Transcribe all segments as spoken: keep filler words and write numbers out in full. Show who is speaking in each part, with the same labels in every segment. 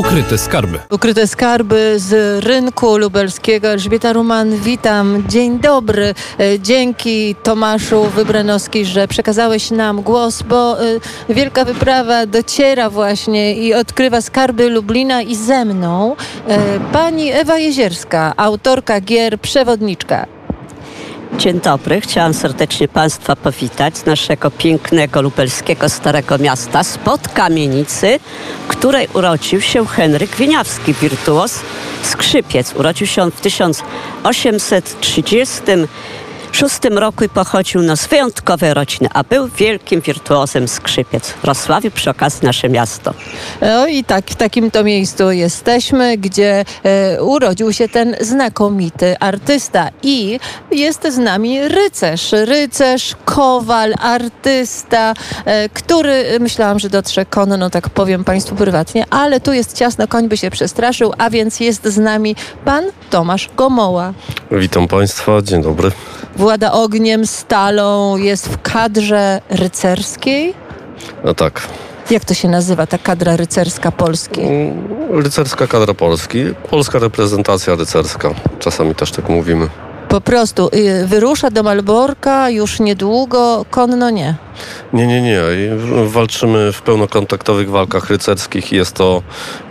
Speaker 1: Ukryte skarby.
Speaker 2: Ukryte skarby z rynku lubelskiego. Elżbieta Ruman, witam. Dzień dobry. Dzięki Tomaszu Wybranowski, że przekazałeś nam głos, bo wielka wyprawa dociera właśnie i odkrywa skarby Lublina i ze mną pani Ewa Jezierska, autorka gier, przewodniczka.
Speaker 3: Dzień dobry. Chciałam serdecznie Państwa powitać z naszego pięknego lubelskiego Starego Miasta, spod kamienicy, w której urodził się Henryk Wieniawski, wirtuoz skrzypiec. Urodził się on w tysiąc osiemset trzydziestym szóstym roku i pochodził no, z wyjątkowej rodziny, a był wielkim wirtuozem skrzypiec. Wrocławiu przy okazji nasze miasto.
Speaker 2: No i tak, w takim to miejscu jesteśmy, gdzie e, urodził się ten znakomity artysta i jest z nami rycerz, rycerz, kowal, artysta, e, który myślałam, że dotrze konno, tak powiem Państwu prywatnie, ale tu jest ciasno, koń by się przestraszył, a więc jest z nami pan Tomasz Gomoła.
Speaker 4: Witam Państwa, dzień dobry.
Speaker 2: Włada ogniem, stalą, jest w kadrze rycerskiej.
Speaker 4: No tak.
Speaker 2: Jak to się nazywa, ta kadra rycerska Polski?
Speaker 4: Rycerska kadra Polski, polska reprezentacja rycerska. Czasami też tak mówimy.
Speaker 2: Po prostu y, wyrusza do Malborka już niedługo, konno nie.
Speaker 4: Nie, nie, nie. Walczymy w pełnokontaktowych walkach rycerskich i jest to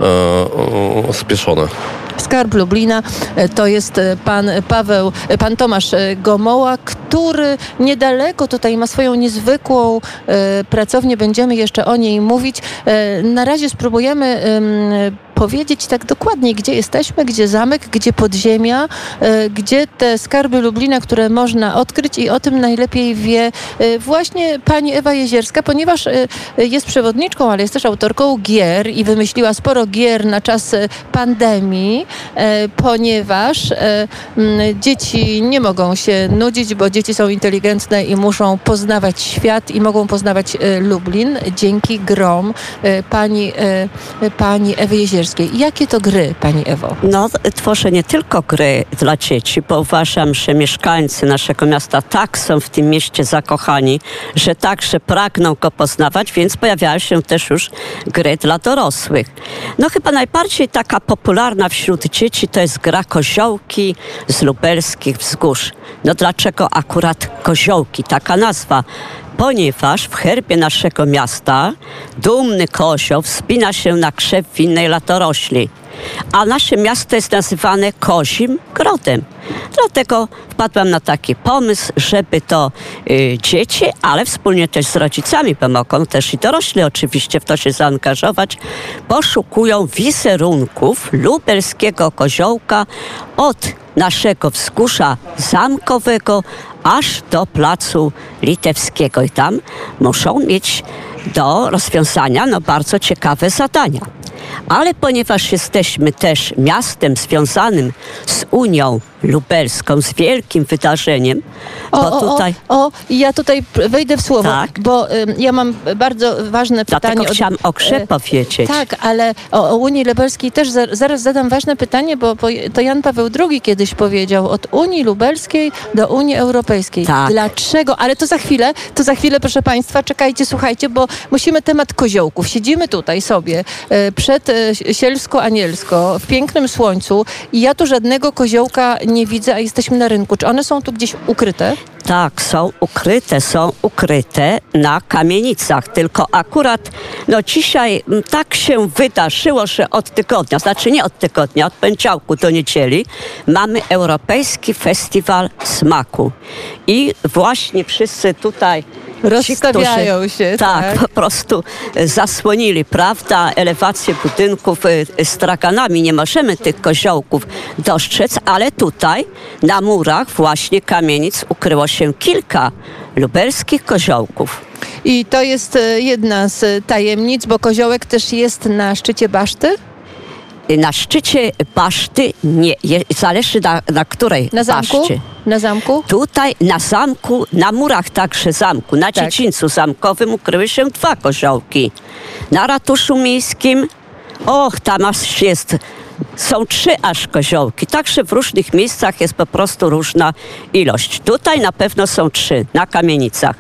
Speaker 4: e, spieszone.
Speaker 2: Skarb Lublina to jest pan Paweł, pan Tomasz Gomoła, który niedaleko tutaj ma swoją niezwykłą e, pracownię. Będziemy jeszcze o niej mówić. E, na razie spróbujemy e, powiedzieć tak dokładnie, gdzie jesteśmy, gdzie zamek, gdzie podziemia, e, gdzie te skarby Lublina, które można odkryć, i o tym najlepiej wie e, właśnie pani Ewa Jezierska, ponieważ e, jest przewodniczką, ale jest też autorką gier i wymyśliła sporo gier na czas pandemii, e, ponieważ e, m, dzieci nie mogą się nudzić, bo dzieci są inteligentne i muszą poznawać świat i mogą poznawać e, Lublin dzięki grom e, pani, e, pani Ewy Jezierskiej. Jakie to gry, pani Ewo?
Speaker 3: No, tworzę nie tylko gry dla dzieci, bo uważam, że mieszkańcy naszego miasta tak są w tym mieście zakochani, że także pragną go poznawać, więc pojawiają się też już gry dla dorosłych. No chyba najbardziej taka popularna wśród dzieci to jest gra Koziołki z lubelskich wzgórz. No dlaczego akurat Koziołki, taka nazwa? Ponieważ w herbie naszego miasta dumny kozioł wspina się na krzew winnej latorośli, a nasze miasto jest nazywane Kozim Grodem. Dlatego wpadłam na taki pomysł, żeby to y, dzieci, ale wspólnie też z rodzicami, bo mogą też i dorośli oczywiście w to się zaangażować, poszukują wizerunków lubelskiego koziołka od naszego wzgórza zamkowego aż do placu Litewskiego. I tam muszą mieć do rozwiązania no, bardzo ciekawe zadania. Ale ponieważ jesteśmy też miastem związanym z Unią Lubelską, z wielkim wydarzeniem,
Speaker 2: o,
Speaker 3: bo tutaj...
Speaker 2: O, o, ja tutaj wejdę w słowo,
Speaker 3: tak.
Speaker 2: bo y, ja mam bardzo ważne pytanie.
Speaker 3: Dlatego
Speaker 2: od,
Speaker 3: chciałam o grze y, powiedzieć.
Speaker 2: Tak, ale o, o Unii Lubelskiej też za, zaraz zadam ważne pytanie, bo, bo to Jan Paweł drugi kiedyś powiedział, od Unii Lubelskiej do Unii Europejskiej.
Speaker 3: Tak.
Speaker 2: Dlaczego? Ale to za chwilę, to za chwilę, proszę Państwa, czekajcie, słuchajcie, bo musimy temat koziołków. Siedzimy tutaj sobie y, przed y, Sielsko-Anielsko w pięknym słońcu i ja tu żadnego koziołka nie widzę, a jesteśmy na rynku. Czy one są tu gdzieś ukryte?
Speaker 3: Tak, są ukryte, są ukryte na kamienicach, tylko akurat no dzisiaj tak się wydarzyło, że od tygodnia, znaczy nie od tygodnia, od poniedziałku do niedzieli mamy Europejski Festiwal Smaku i właśnie wszyscy tutaj
Speaker 2: rozstawiają
Speaker 3: ci, którzy,
Speaker 2: się.
Speaker 3: Tak,
Speaker 2: tak,
Speaker 3: po prostu zasłonili, prawda, elewację budynków straganami. Nie możemy tych koziołków dostrzec, ale tutaj na murach właśnie kamienic ukryło się kilka lubelskich koziołków.
Speaker 2: I to jest jedna z tajemnic, bo koziołek też jest na szczycie baszty?
Speaker 3: Na szczycie baszty nie, je, zależy na, na której
Speaker 2: na zamku?
Speaker 3: baszcie.
Speaker 2: Na zamku?
Speaker 3: Tutaj na zamku, na murach także zamku, na
Speaker 2: tak.
Speaker 3: dziedzińcu zamkowym ukryły się dwa koziołki. Na ratuszu miejskim, och, tam aż jest, są trzy aż koziołki, także w różnych miejscach jest po prostu różna ilość. Tutaj na pewno są trzy, na kamienicach.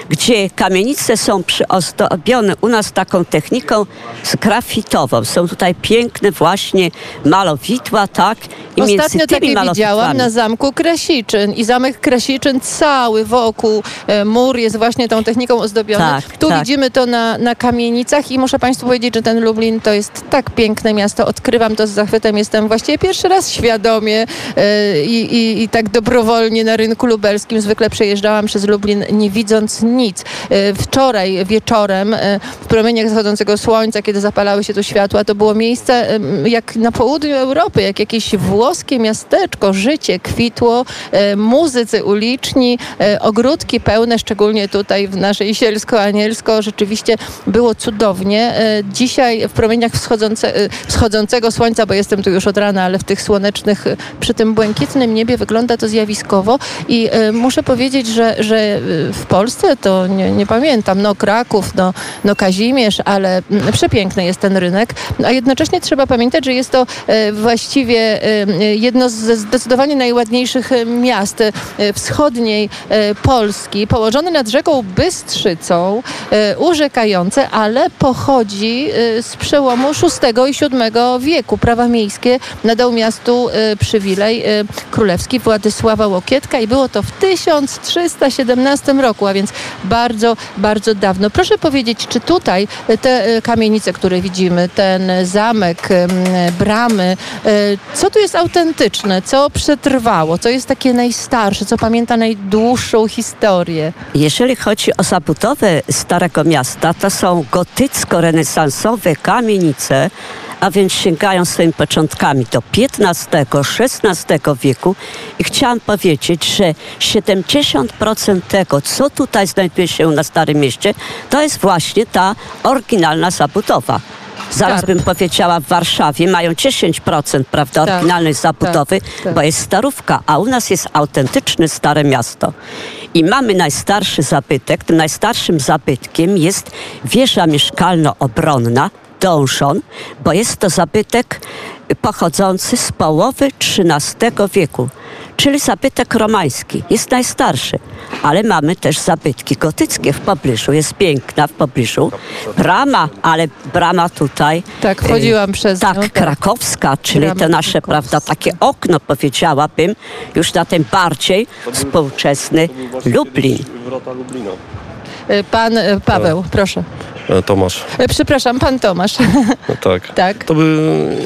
Speaker 3: gdzie kamienice są przyozdobione u nas taką techniką grafitową. Są tutaj piękne właśnie malowidła, tak? I
Speaker 2: Ostatnio
Speaker 3: między
Speaker 2: takie
Speaker 3: tymi
Speaker 2: widziałam na zamku Krasiczyn i zamek Krasiczyn cały wokół e, mur jest właśnie tą techniką ozdobiony.
Speaker 3: Tak,
Speaker 2: tu
Speaker 3: tak.
Speaker 2: widzimy to na, na kamienicach i muszę Państwu powiedzieć, że ten Lublin to jest tak piękne miasto. Odkrywam to z zachwytem. Jestem właściwie pierwszy raz świadomie e, i, i, i tak dobrowolnie na rynku lubelskim. Zwykle przejeżdżałam przez Lublin nie widząc nic. E, wczoraj wieczorem e, w promieniach zachodzącego słońca, kiedy zapalały się tu światła, to było miejsce e, jak na południu Europy, jak jakieś włoskie miasteczko. Życie kwitło, e, muzycy uliczni, e, ogródki pełne, szczególnie tutaj w naszej Sielsko-Anielsko. Rzeczywiście było cudownie. E, dzisiaj w promieniach wschodzące, e, wschodzącego słońca, bo jestem tu już od rana, ale w tych słonecznych, e, przy tym błękitnym niebie wygląda to zjawiskowo i e, muszę powiedzieć, że, że e, w Polsce to nie, nie pamiętam, no Kraków, no, no Kazimierz, ale m, przepiękny jest ten rynek, a jednocześnie trzeba pamiętać, że jest to e, właściwie e, jedno ze zdecydowanie najładniejszych e, miast e, wschodniej e, Polski, położone nad rzeką Bystrzycą, e, urzekające, ale pochodzi e, z przełomu szóstego i siódmego wieku. Prawa miejskie nadał miastu e, przywilej e, królewski Władysława Łokietka i było to w tysiąc trzysta siedemnastym roku, a więc bardzo, bardzo dawno. Proszę powiedzieć, czy tutaj te e, kamienice, które widzimy, ten zamek, e, bramy, e, co tu jest autentyczne, co przetrwało, co jest takie najstarsze, co pamięta najdłuższą historię?
Speaker 3: Jeżeli chodzi o zabudowę Starego Miasta, to są gotycko-renesansowe kamienice, a więc sięgają swoimi początkami do piętnastego, szesnastego wieku i chciałam powiedzieć, że siedemdziesiąt procent tego, co tutaj znajduje się na Starym Mieście, to jest właśnie ta oryginalna zabudowa. Zaraz
Speaker 2: Skarb.
Speaker 3: bym powiedziała, w Warszawie mają dziesięć procent, prawda,
Speaker 2: Tak,
Speaker 3: oryginalnej zabudowy,
Speaker 2: tak, tak.
Speaker 3: bo jest starówka, a u nas jest autentyczne Stare Miasto. I mamy najstarszy zabytek. Tym najstarszym zabytkiem jest wieża mieszkalno-obronna, donjon, bo jest to zabytek pochodzący z połowy trzynastego wieku, czyli zabytek romański. Jest najstarszy, ale mamy też zabytki gotyckie w pobliżu. Jest piękna w pobliżu. Brama, ale brama tutaj...
Speaker 2: Tak, wchodziłam
Speaker 3: e,
Speaker 2: przez
Speaker 3: Tak,
Speaker 2: nią, tak.
Speaker 3: krakowska, czyli
Speaker 2: Brama
Speaker 3: to nasze,
Speaker 2: krakowska.
Speaker 3: prawda, takie okno, powiedziałabym, już na ten bardziej współczesny Lublin.
Speaker 4: Wrota Lublina.
Speaker 2: E, Pan e, Paweł, proszę.
Speaker 4: E, Tomasz.
Speaker 2: E, Przepraszam, pan Tomasz.
Speaker 4: No tak.
Speaker 2: Tak.
Speaker 4: To by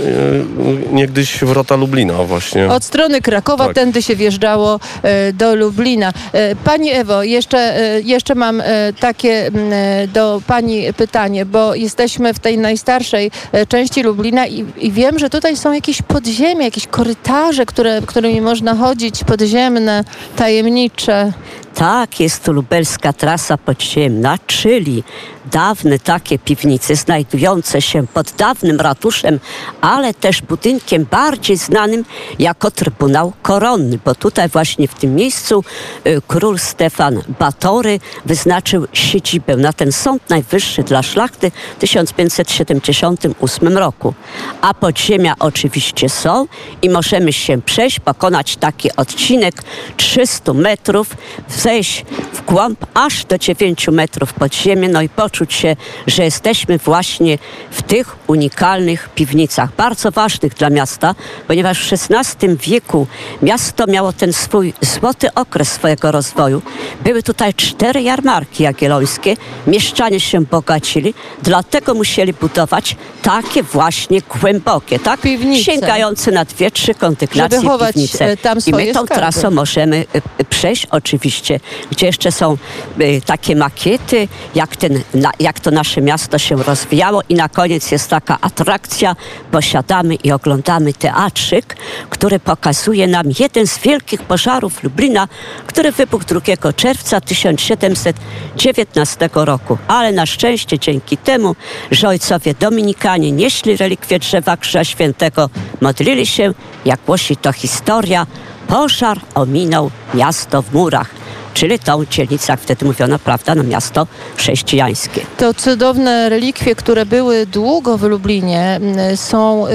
Speaker 4: e, niegdyś wrota Lublina właśnie.
Speaker 2: Od strony Krakowa
Speaker 4: Tak.
Speaker 2: tędy się wjeżdżało e, do Lublina. E, Pani Ewo, jeszcze, e, jeszcze mam e, takie m, e, do Pani pytanie, bo jesteśmy w tej najstarszej e, części Lublina i, i wiem, że tutaj są jakieś podziemia, jakieś korytarze, które, którymi można chodzić, podziemne, tajemnicze.
Speaker 3: Tak, jest to lubelska trasa podziemna, czyli dawne takie piwnice znajdujące się pod dawnym ratuszem, ale też budynkiem bardziej znanym jako Trybunał Koronny, bo tutaj właśnie w tym miejscu y, król Stefan Batory wyznaczył siedzibę na ten sąd najwyższy dla szlachty w tysiąc pięćset siedemdziesiątym ósmym roku. A podziemia oczywiście są i możemy się przejść, pokonać taki odcinek trzysta metrów, zejść w głąb aż do dziewięciu metrów pod ziemię, no i poczuć się, że jesteśmy właśnie w tych unikalnych piwnicach, bardzo ważnych dla miasta, ponieważ w szesnastym wieku miasto miało ten swój złoty okres swojego rozwoju. Były tutaj cztery jarmarki jagiellońskie, mieszczanie się bogacili, dlatego musieli budować takie właśnie głębokie, tak?
Speaker 2: Piwnice.
Speaker 3: Sięgające na dwie, trzy kondygnacje
Speaker 2: Żeby chować,
Speaker 3: piwnice.
Speaker 2: e, tam
Speaker 3: I
Speaker 2: swoje
Speaker 3: my tą
Speaker 2: skarby.
Speaker 3: trasą możemy y, y, przejść oczywiście, gdzie jeszcze są y, takie makiety, jak, ten, na, jak to nasze miasto się rozwijało i na koniec jest taka atrakcja, bo siadamy i oglądamy teatrzyk, który pokazuje nam jeden z wielkich pożarów Lublina, który wybuchł drugiego czerwca tysiąc siedemset dziewiętnastego roku. Ale na szczęście dzięki temu, że ojcowie dominikanie nieśli relikwie drzewa Krzyża Świętego, modlili się, jak głosi to historia, pożar ominął miasto w murach. czyli tą dzielnicę, jak wtedy mówiono, prawda, no miasto chrześcijańskie.
Speaker 2: To cudowne relikwie, które były długo w Lublinie, są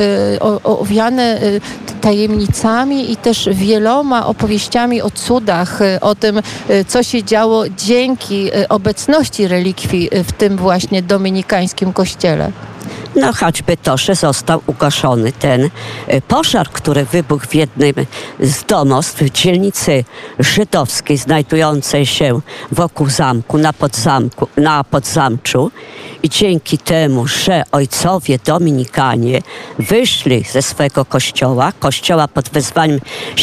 Speaker 2: owiane tajemnicami i też wieloma opowieściami o cudach, o tym, co się działo dzięki obecności relikwii w tym właśnie dominikańskim kościele.
Speaker 3: No choćby to, że został ugaszony ten pożar, który wybuchł w jednym z domostw w dzielnicy żydowskiej znajdującej się wokół zamku, na podzamku, na podzamczu. I dzięki temu, że ojcowie dominikanie wyszli ze swego kościoła, kościoła pod wezwaniem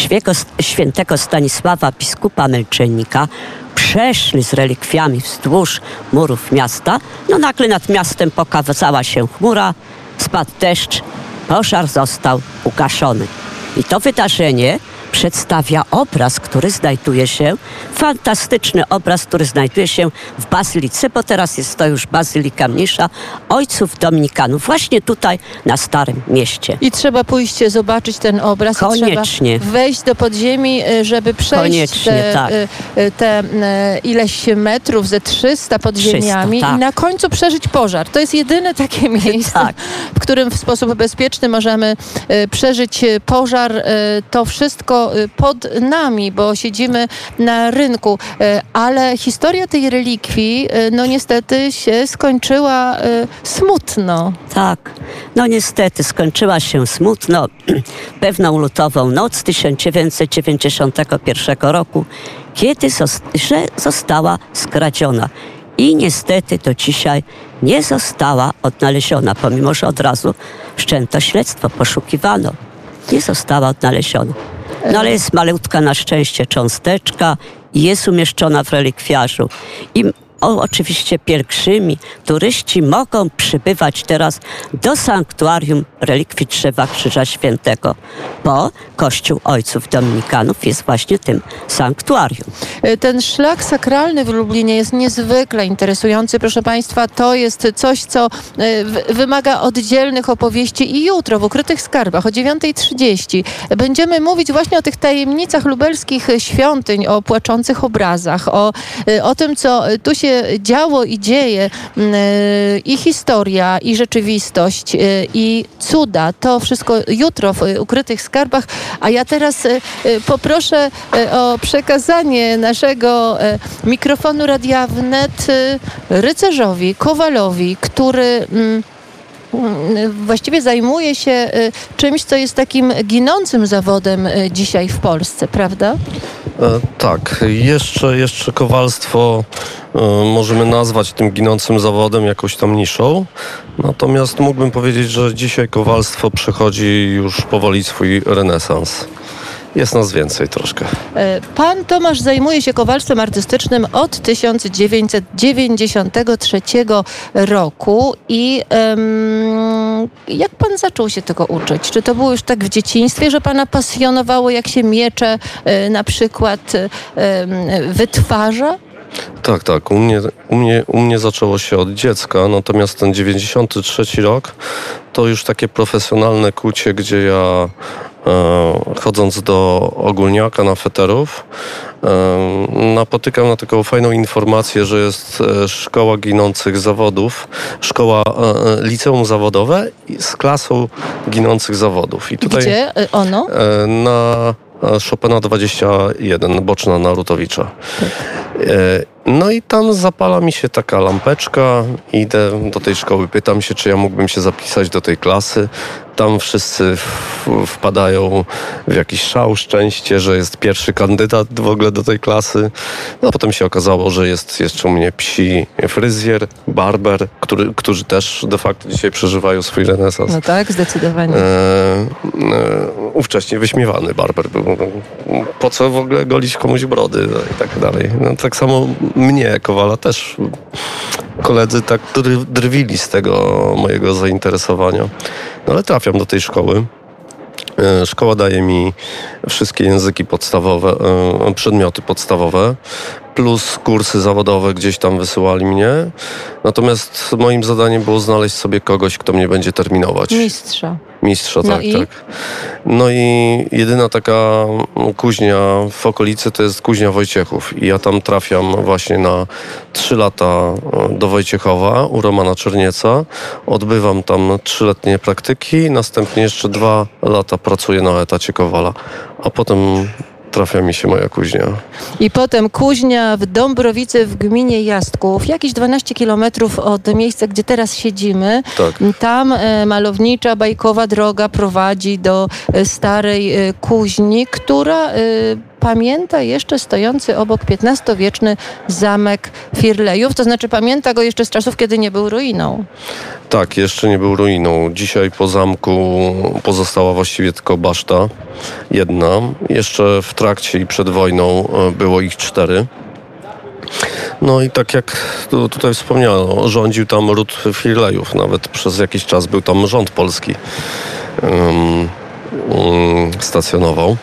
Speaker 3: świętego Stanisława, biskupa Melczennika, przeszli z relikwiami wzdłuż murów miasta, no nagle nad miastem pokazała się chmura, spadł deszcz, pożar został ugaszony. I to wydarzenie przedstawia obraz, który znajduje się, fantastyczny obraz, który znajduje się w bazylice, bo teraz jest to już bazylika mniejsza, ojców dominikanów, właśnie tutaj na Starym Mieście.
Speaker 2: I trzeba pójść zobaczyć ten obraz.
Speaker 3: Koniecznie.
Speaker 2: Trzeba wejść do podziemi, żeby przejść
Speaker 3: Koniecznie,
Speaker 2: te,
Speaker 3: tak.
Speaker 2: te ileś metrów, ze trzysta podziemiami
Speaker 3: trzysta, tak.
Speaker 2: I na końcu przeżyć pożar. To jest jedyne takie miejsce,
Speaker 3: tak.
Speaker 2: w którym w sposób bezpieczny możemy przeżyć pożar. To wszystko pod nami, bo siedzimy na rynku, ale historia tej relikwii no niestety się skończyła smutno.
Speaker 3: Tak, no niestety skończyła się smutno. Pewną lutową noc tysiąc dziewięćset dziewięćdziesiątego pierwszego roku, kiedy że została skradziona. I niestety do dzisiaj nie została odnaleziona, pomimo że od razu wszczęto śledztwo, poszukiwano. Nie została odnaleziona. No ale jest malutka na szczęście cząsteczka i jest umieszczona w relikwiarzu. I o, oczywiście pielgrzymi, turyści mogą przybywać teraz do sanktuarium relikwii Drzewa Krzyża Świętego, bo Kościół Ojców Dominikanów jest właśnie tym sanktuarium.
Speaker 2: Ten szlak sakralny w Lublinie jest niezwykle interesujący, proszę Państwa. To jest coś, co wymaga oddzielnych opowieści i jutro w Ukrytych Skarbach o dziewiątej trzydzieści będziemy mówić właśnie o tych tajemnicach lubelskich świątyń, o płaczących obrazach, o, o tym, co tu się działo i dzieje, i historia, i rzeczywistość, i cuda. To wszystko jutro w Ukrytych Skarbach. A ja teraz poproszę o przekazanie naszego mikrofonu Radia Wnet rycerzowi Kowalowi, który właściwie zajmuje się czymś, co jest takim ginącym zawodem dzisiaj w Polsce, prawda?
Speaker 4: E, tak, jeszcze, jeszcze kowalstwo e, możemy nazwać tym ginącym zawodem jakąś tam niszą. Natomiast mógłbym powiedzieć, że dzisiaj kowalstwo przechodzi już powoli swój renesans. Jest nas więcej troszkę.
Speaker 2: Pan Tomasz zajmuje się kowalstwem artystycznym od tysiąc dziewięćset dziewięćdziesiątego trzeciego roku i um, jak pan zaczął się tego uczyć? Czy to było już tak w dzieciństwie, że pana pasjonowało, jak się miecze e, na przykład e, wytwarza?
Speaker 4: Tak, tak. U mnie, u, mnie, u mnie zaczęło się od dziecka, natomiast ten dziewięćdziesiąty trzeci rok to już takie profesjonalne kucie, gdzie ja e, chodząc do ogólniaka na feterów e, napotykam na taką fajną informację, że jest e, szkoła ginących zawodów, szkoła e, liceum zawodowe z klasą ginących zawodów. I tutaj,
Speaker 2: gdzie ono?
Speaker 4: E, na Chopina dwadzieścia jeden, boczna Narutowicza. Tak. No i tam zapala mi się taka lampeczka, idę do tej szkoły, pytam się, czy ja mógłbym się zapisać do tej klasy. Tam wszyscy wpadają w jakiś szał, szczęście, że jest pierwszy kandydat w ogóle do tej klasy. No potem się okazało, że jest jeszcze u mnie psi fryzjer, barber, który, którzy też de facto dzisiaj przeżywają swój renesans.
Speaker 2: No tak, zdecydowanie. E,
Speaker 4: e, ówcześnie wyśmiewany barber był. Po co w ogóle golić komuś brody no i tak dalej. No, tak samo mnie, Kowala, też koledzy tak drwili z tego mojego zainteresowania. No ale trafiam do tej szkoły. Szkoła daje mi wszystkie języki podstawowe, przedmioty podstawowe, plus kursy zawodowe gdzieś tam wysyłali mnie. Natomiast moim zadaniem było znaleźć sobie kogoś, kto mnie będzie terminować.
Speaker 2: Mistrza.
Speaker 4: Mistrza,
Speaker 2: No
Speaker 4: tak,
Speaker 2: i?
Speaker 4: tak. No i jedyna taka kuźnia w okolicy to jest kuźnia Wojciechów. I ja tam trafiam właśnie na trzy lata do Wojciechowa u Romana Czernieca. Odbywam tam trzyletnie praktyki, następnie jeszcze dwa lata pracuję na etacie Kowala. A potem trafia mi się moja kuźnia.
Speaker 2: I potem kuźnia w Dąbrowicy w gminie Jastków, jakieś dwanaście kilometrów od miejsca, gdzie teraz siedzimy.
Speaker 4: Tak.
Speaker 2: Tam e, malownicza, bajkowa droga prowadzi do e, starej e, kuźni, która e, pamięta jeszcze stojący obok piętnastowieczny zamek Firlejów. To znaczy pamięta go jeszcze z czasów, kiedy nie był ruiną.
Speaker 4: Tak, jeszcze nie był ruiną. Dzisiaj po zamku pozostała właściwie tylko baszta jedna. Jeszcze w trakcie i przed wojną było ich cztery. No i tak jak tu, tutaj wspomniano, rządził tam ród Firlejów. Nawet przez jakiś czas był tam rząd polski. Um, um, stacjonował.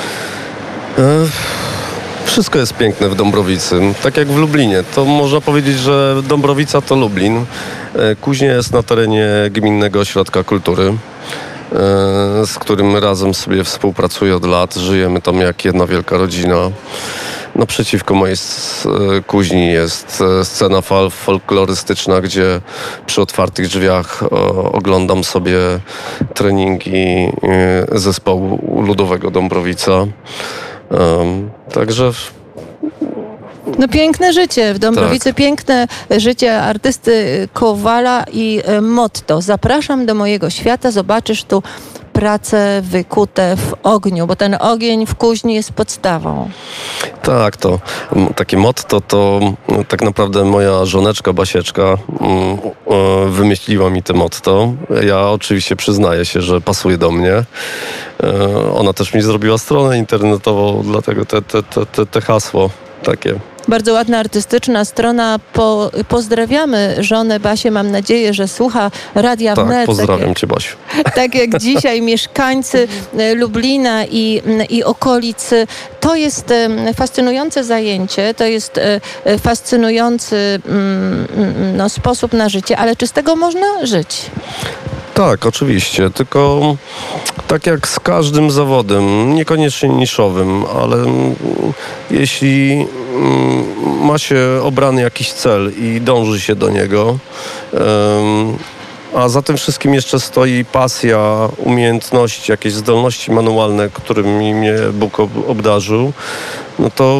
Speaker 4: Wszystko jest piękne w Dąbrowicy, tak jak w Lublinie. To można powiedzieć, że Dąbrowica to Lublin. Kuźnia jest na terenie Gminnego Ośrodka Kultury, z którym razem sobie współpracuję od lat. Żyjemy tam jak jedna wielka rodzina. Naprzeciwko mojej kuźni jest scena fal folklorystyczna, gdzie przy otwartych drzwiach oglądam sobie treningi zespołu ludowego Dąbrowica. Um, także...
Speaker 2: No piękne życie w Dąbrowicy,
Speaker 4: tak.
Speaker 2: Piękne życie artysty Kowala i motto. Zapraszam do mojego świata, zobaczysz tu prace wykute w ogniu, bo ten ogień w kuźni jest podstawą.
Speaker 4: Tak, to takie motto to tak naprawdę moja żoneczka Basieczka wymyśliła mi te motto. Ja oczywiście przyznaję się, że pasuje do mnie. Ona też mi zrobiła stronę internetową, dlatego te, te, te, te, te hasło takie.
Speaker 2: Bardzo ładna, artystyczna strona. Po, pozdrawiamy żonę Basię. Mam nadzieję, że słucha Radia
Speaker 4: Tak,
Speaker 2: Wnet.
Speaker 4: pozdrawiam
Speaker 2: tak
Speaker 4: Cię, Basiu.
Speaker 2: Tak jak dzisiaj mieszkańcy Lublina i, i okolicy. To jest fascynujące zajęcie, to jest fascynujący no, sposób na życie, ale czy z tego można żyć?
Speaker 4: Tak, oczywiście, tylko tak jak z każdym zawodem, niekoniecznie niszowym, ale jeśli ma się obrany jakiś cel i dąży się do niego, a za tym wszystkim jeszcze stoi pasja, umiejętności, jakieś zdolności manualne, którymi mnie Bóg obdarzył, no to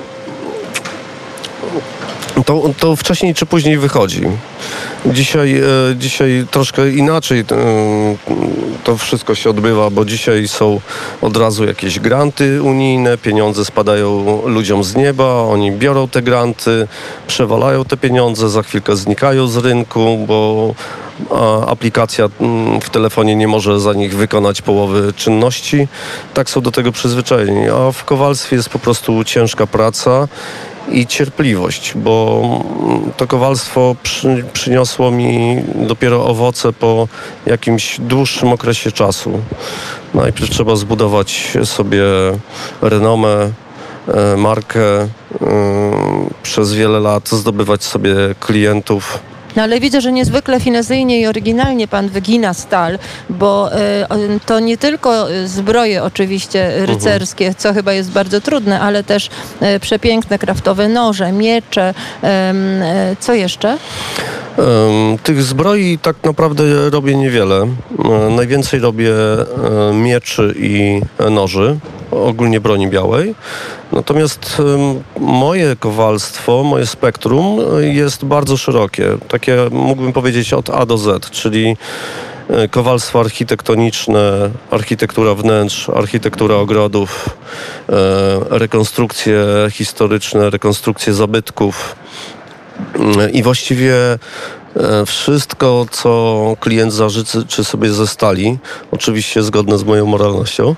Speaker 4: To, to wcześniej czy później wychodzi. Dzisiaj, e, dzisiaj troszkę inaczej e, to wszystko się odbywa, bo dzisiaj są od razu jakieś granty unijne, pieniądze spadają ludziom z nieba, oni biorą te granty, przewalają te pieniądze, za chwilkę znikają z rynku, bo a aplikacja w telefonie nie może za nich wykonać połowy czynności. Tak są do tego przyzwyczajeni. A w kowalstwie jest po prostu ciężka praca i cierpliwość, bo to kowalstwo przy, przyniosło mi dopiero owoce po jakimś dłuższym okresie czasu. Najpierw trzeba zbudować sobie renomę, markę, przez wiele lat zdobywać sobie klientów.
Speaker 2: No ale widzę, że niezwykle finezyjnie i oryginalnie pan wygina stal, bo y, to nie tylko zbroje oczywiście rycerskie, uh-huh. co chyba jest bardzo trudne, ale też y, przepiękne kraftowe noże, miecze. Y, y, co jeszcze?
Speaker 4: Um, tych zbroi tak naprawdę robię niewiele. Um, najwięcej robię um, mieczy i noży, ogólnie broni białej. Natomiast um, moje kowalstwo, moje spektrum jest bardzo szerokie. Takie mógłbym powiedzieć od A do Z, czyli kowalstwo architektoniczne, architektura wnętrz, architektura ogrodów, e, rekonstrukcje historyczne, rekonstrukcje zabytków. I właściwie wszystko, co klient zażyczy sobie ze stali, oczywiście zgodne z moją moralnością,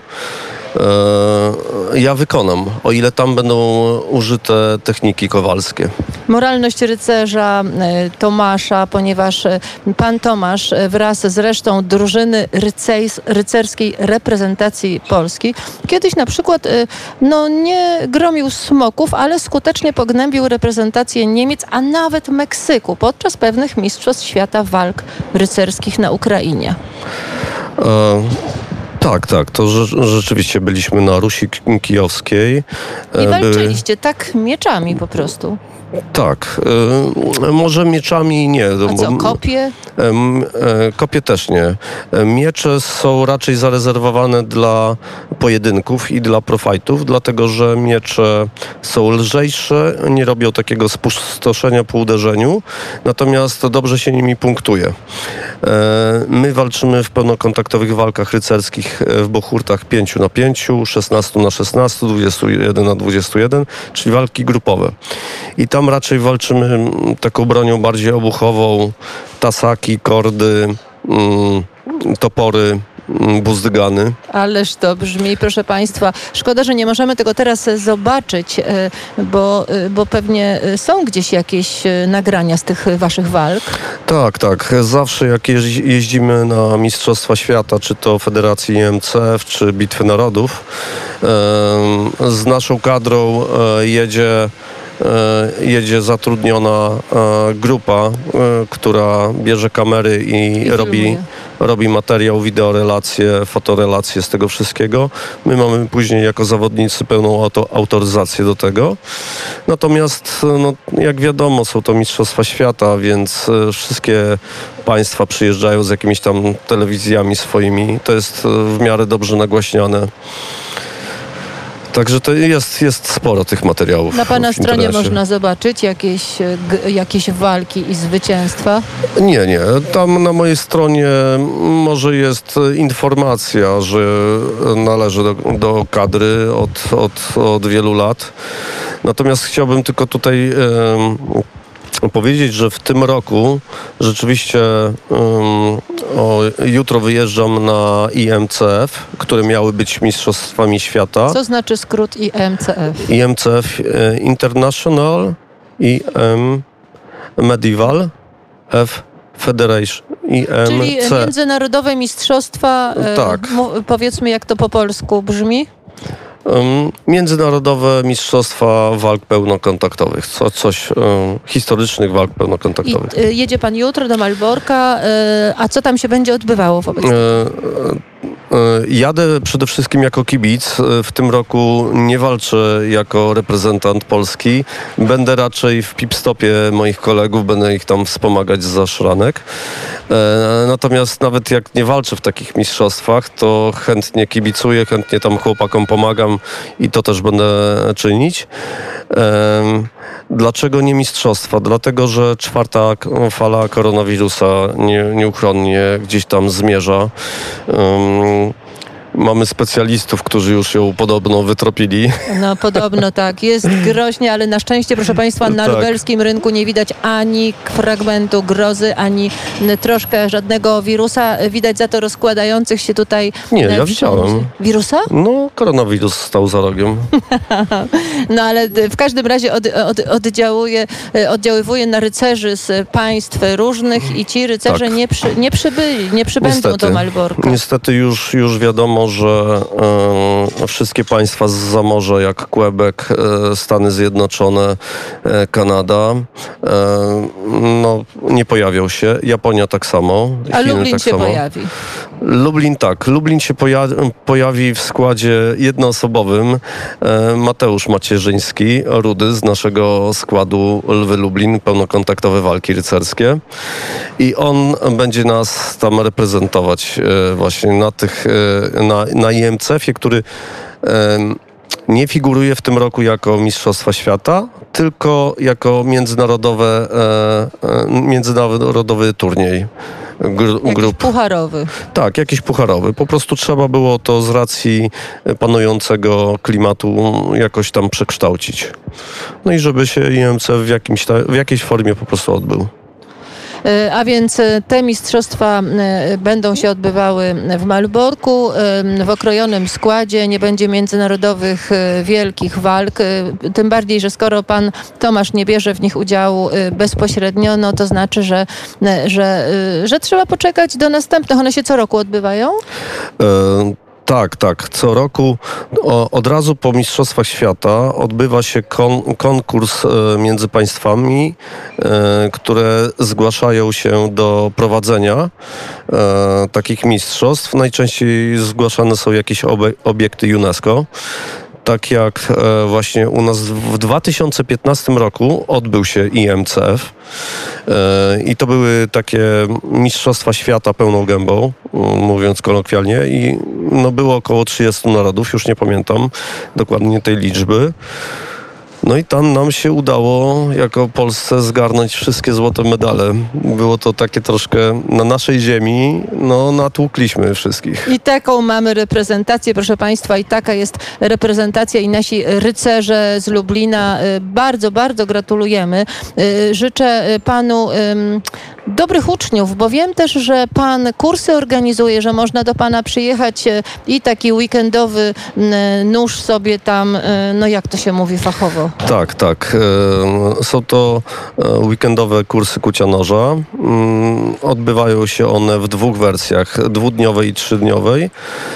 Speaker 4: ja wykonam, o ile tam będą użyte techniki kowalskie.
Speaker 2: Moralność rycerza Tomasza, ponieważ pan Tomasz wraz z resztą drużyny rycej, rycerskiej reprezentacji Polski kiedyś na przykład no, nie gromił smoków, ale skutecznie pognębił reprezentację Niemiec, a nawet Meksyku podczas pewnych mistrzostw świata walk rycerskich na Ukrainie.
Speaker 4: E, tak, tak, to rze- rzeczywiście byliśmy na Rusi Kijowskiej.
Speaker 2: I walczyliście tak mieczami po prostu.
Speaker 4: Tak, e, może mieczami nie.
Speaker 2: A co, kopie?
Speaker 4: E, e, kopie też nie. E, miecze są raczej zarezerwowane dla pojedynków i dla profajtów, dlatego że miecze są lżejsze, nie robią takiego spustoszenia po uderzeniu, natomiast dobrze się nimi punktuje. E, my walczymy w pełnokontaktowych walkach rycerskich w bohurtach pięć na pięć, szesnaście na szesnaście, dwadzieścia jeden na dwadzieścia jeden, czyli walki grupowe. I tam raczej walczymy taką bronią bardziej obuchową, tasaki, kordy, mm, topory, mm, buzdygany.
Speaker 2: Ależ to brzmi, proszę Państwa. Szkoda, że nie możemy tego teraz zobaczyć, bo, bo pewnie są gdzieś jakieś nagrania z tych waszych walk.
Speaker 4: Tak, tak. Zawsze jak jeździ, jeździmy na Mistrzostwa Świata, czy to Federacji I M C F, czy Bitwy Narodów, e, z naszą kadrą e, jedzie jedzie zatrudniona grupa, która bierze kamery i, I robi, robi materiał, wideorelacje, fotorelacje z tego wszystkiego. My mamy później jako zawodnicy pełną auto, autoryzację do tego. Natomiast, no, jak wiadomo, są to Mistrzostwa Świata, więc wszystkie państwa przyjeżdżają z jakimiś tam telewizjami swoimi. To jest w miarę dobrze nagłaśniane. Także to jest, jest sporo tych materiałów.
Speaker 2: Na Pana
Speaker 4: w
Speaker 2: stronie
Speaker 4: internecie.
Speaker 2: można zobaczyć jakieś, g- jakieś walki i zwycięstwa?
Speaker 4: Nie, nie. Tam na mojej stronie może jest informacja, że należy do, do kadry od, od, od wielu lat. Natomiast chciałbym tylko tutaj e, powiedzieć, że w tym roku rzeczywiście um, o, jutro wyjeżdżam na I M C F, które miały być Mistrzostwami Świata.
Speaker 2: Co znaczy skrót I M C F?
Speaker 4: I M C F e, International, I M Medieval, F Federation, I M C.
Speaker 2: Czyli Międzynarodowe Mistrzostwa, e,
Speaker 4: Tak.
Speaker 2: mu, powiedzmy jak to po polsku brzmi?
Speaker 4: Um, Międzynarodowe Mistrzostwa Walk Pełnokontaktowych, co, coś um, historycznych walk pełnokontaktowych.
Speaker 2: I, e, jedzie Pan jutro do Malborka, e, a co tam się będzie odbywało wobec tego?
Speaker 4: E, Jadę przede wszystkim jako kibic. W tym roku nie walczę jako reprezentant Polski. Będę raczej w pit-stopie moich kolegów, będę ich tam wspomagać za szranek. Natomiast nawet jak nie walczę w takich mistrzostwach, to chętnie kibicuję, chętnie tam chłopakom pomagam i to też będę czynić. Dlaczego nie mistrzostwa? Dlatego, że czwarta fala koronawirusa nie, nieuchronnie gdzieś tam zmierza. Um, Mamy specjalistów, którzy już ją podobno wytropili.
Speaker 2: No podobno tak. Jest groźnie, ale na szczęście, proszę Państwa, na
Speaker 4: Tak.
Speaker 2: lubelskim rynku nie widać ani fragmentu grozy, ani troszkę żadnego wirusa. Widać za to rozkładających się tutaj...
Speaker 4: Nie, ja widziałem.
Speaker 2: Wirusa?
Speaker 4: No, koronawirus stał za rogiem.
Speaker 2: No ale w każdym razie od, od, oddziałuje, oddziaływuje na rycerzy z państw różnych i ci rycerze
Speaker 4: Tak.
Speaker 2: nie, przy, nie przybyli, nie przybędą
Speaker 4: Niestety.
Speaker 2: do Malborka.
Speaker 4: Niestety już, już wiadomo, że e, wszystkie państwa z Zamorza, jak Quebec, e, Stany Zjednoczone, e, Kanada, e, no, nie pojawią się. Japonia tak samo.
Speaker 2: A
Speaker 4: Chiny
Speaker 2: Lublin
Speaker 4: tak
Speaker 2: się
Speaker 4: samo.
Speaker 2: pojawi.
Speaker 4: Lublin tak. Lublin się poja- pojawi w składzie jednoosobowym. E, Mateusz Macierzyński, Rudy z naszego składu Lwy Lublin, pełnokontaktowe walki rycerskie. I on będzie nas tam reprezentować e, właśnie na tych, e, na, na I M C F-ie, który e, nie figuruje w tym roku jako Mistrzostwa Świata, tylko jako międzynarodowe, e, e, międzynarodowy turniej. Gru,
Speaker 2: Jakiś
Speaker 4: grup.
Speaker 2: pucharowy.
Speaker 4: Tak, jakiś pucharowy. Po prostu trzeba było to z racji panującego klimatu jakoś tam przekształcić. No i żeby się I M C w, jakimś ta, w jakiejś formie po prostu odbył.
Speaker 2: A więc te mistrzostwa będą się odbywały w Malborku w okrojonym składzie. Nie będzie międzynarodowych wielkich walk. Tym bardziej, że skoro pan Tomasz nie bierze w nich udziału bezpośrednio, no to znaczy, że, że, że trzeba poczekać do następnych. One się co roku odbywają?
Speaker 4: E Tak, tak. Co roku o, od razu po Mistrzostwach Świata odbywa się kon, konkurs e, między państwami, e, które zgłaszają się do prowadzenia e, takich mistrzostw. Najczęściej zgłaszane są jakieś obie, obiekty UNESCO. Tak jak e, właśnie u nas w dwa tysiące piętnastym roku odbył się I M C F e, i to były takie mistrzostwa świata pełną gębą, mówiąc kolokwialnie, i no, było około trzydziestu narodów, już nie pamiętam dokładnie tej liczby. No i tam nam się udało jako Polsce zgarnąć wszystkie złote medale. Było to takie troszkę na naszej ziemi, no natłukliśmy wszystkich.
Speaker 2: I taką mamy reprezentację, proszę Państwa, i taka jest reprezentacja i nasi rycerze z Lublina. Bardzo, bardzo gratulujemy. Życzę Panu dobrych uczniów, bo wiem też, że Pan kursy organizuje, że można do Pana przyjechać i taki weekendowy nóż sobie tam, no jak to się mówi fachowo?
Speaker 4: Tak, tak. Są to weekendowe kursy kucia noża. Odbywają się one w dwóch wersjach, dwudniowej i trzydniowej.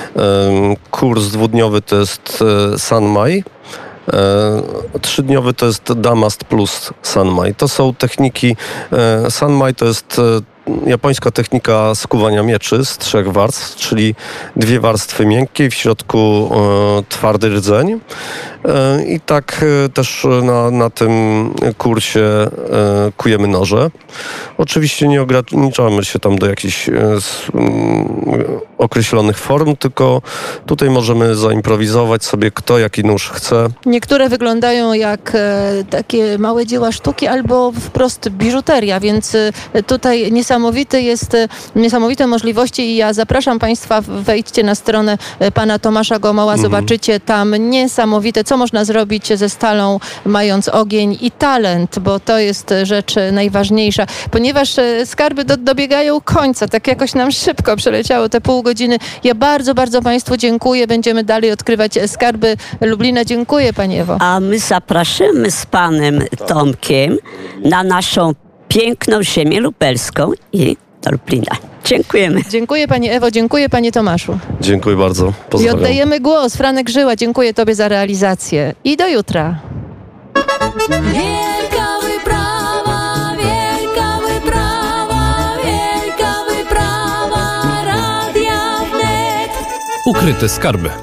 Speaker 4: Kurs dwudniowy to jest Sanmai. Trzydniowy to jest Damast plus Sanmai. To są techniki, Sanmai to jest japońska technika skuwania mieczy z trzech warstw, czyli dwie warstwy miękkie, w środku e, twardy rdzeń. E, I tak e, też na, na tym kursie e, kujemy noże. Oczywiście nie ograniczamy się tam do jakichś e, s, m, określonych form, tylko tutaj możemy zaimprowizować sobie, kto jaki nóż chce.
Speaker 2: Niektóre wyglądają jak e, takie małe dzieła sztuki albo wprost biżuteria, więc e, tutaj niesamowite Niesamowity jest, niesamowite możliwości i ja zapraszam Państwa, wejdźcie na stronę Pana Tomasza Gomoła, mhm. zobaczycie tam niesamowite, co można zrobić ze stalą, mając ogień i talent, bo to jest rzecz najważniejsza. Ponieważ skarby do, dobiegają końca, tak jakoś nam szybko przeleciało te pół godziny. Ja bardzo, bardzo Państwu dziękuję. Będziemy dalej odkrywać skarby Lublina. Dziękuję Pani Ewo.
Speaker 3: A my zapraszamy z Panem Tomkiem na naszą piękną ziemię lubelską i do Lublina. Dziękujemy.
Speaker 2: Dziękuję Pani Ewo, dziękuję Panie Tomaszu.
Speaker 4: Dziękuję bardzo. Pozdrawiam.
Speaker 2: I oddajemy głos. Franek Żyła, dziękuję Tobie za realizację. I do jutra.
Speaker 1: Wielka wyprawa, wielka wyprawa, wielka wyprawa, Radia Wnet.
Speaker 5: Ukryte skarby.